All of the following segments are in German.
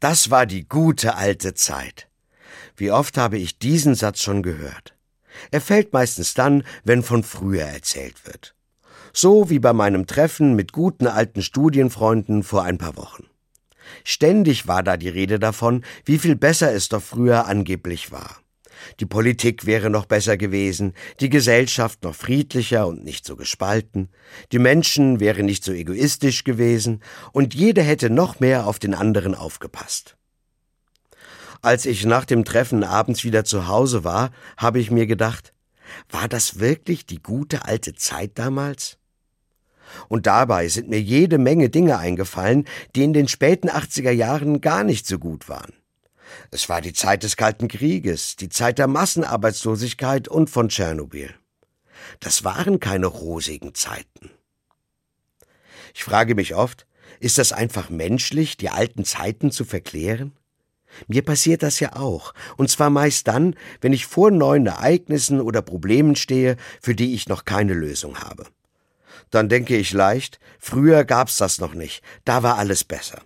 Das war die gute alte Zeit. Wie oft habe ich diesen Satz schon gehört? Er fällt meistens dann, wenn von früher erzählt wird. So wie bei meinem Treffen mit guten alten Studienfreunden vor ein paar Wochen. Ständig war da die Rede davon, wie viel besser es doch früher angeblich war. Die Politik wäre noch besser gewesen, die Gesellschaft noch friedlicher und nicht so gespalten, die Menschen wären nicht so egoistisch gewesen und jeder hätte noch mehr auf den anderen aufgepasst. Als ich nach dem Treffen abends wieder zu Hause war, habe ich mir gedacht, war das wirklich die gute alte Zeit damals? Und dabei sind mir jede Menge Dinge eingefallen, die in den späten 80er Jahren gar nicht so gut waren. Es war die Zeit des Kalten Krieges, die Zeit der Massenarbeitslosigkeit und von Tschernobyl. Das waren keine rosigen Zeiten. Ich frage mich oft, ist das einfach menschlich, die alten Zeiten zu verklären? Mir passiert das ja auch, und zwar meist dann, wenn ich vor neuen Ereignissen oder Problemen stehe, für die ich noch keine Lösung habe. Dann denke ich leicht, früher gab's das noch nicht, da war alles besser.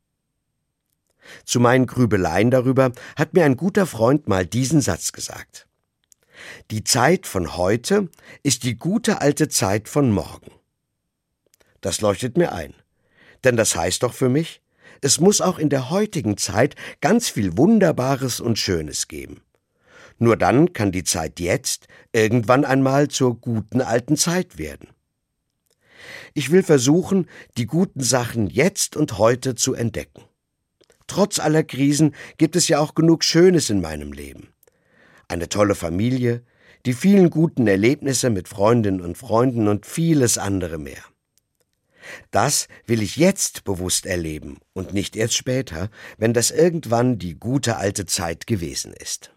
Zu meinen Grübeleien darüber hat mir ein guter Freund mal diesen Satz gesagt. Die Zeit von heute ist die gute alte Zeit von morgen. Das leuchtet mir ein, denn das heißt doch für mich, es muss auch in der heutigen Zeit ganz viel Wunderbares und Schönes geben. Nur dann kann die Zeit jetzt irgendwann einmal zur guten alten Zeit werden. Ich will versuchen, die guten Sachen jetzt und heute zu entdecken. Trotz aller Krisen gibt es ja auch genug Schönes in meinem Leben. Eine tolle Familie, die vielen guten Erlebnisse mit Freundinnen und Freunden und vieles andere mehr. Das will ich jetzt bewusst erleben und nicht erst später, wenn das irgendwann die gute alte Zeit gewesen ist.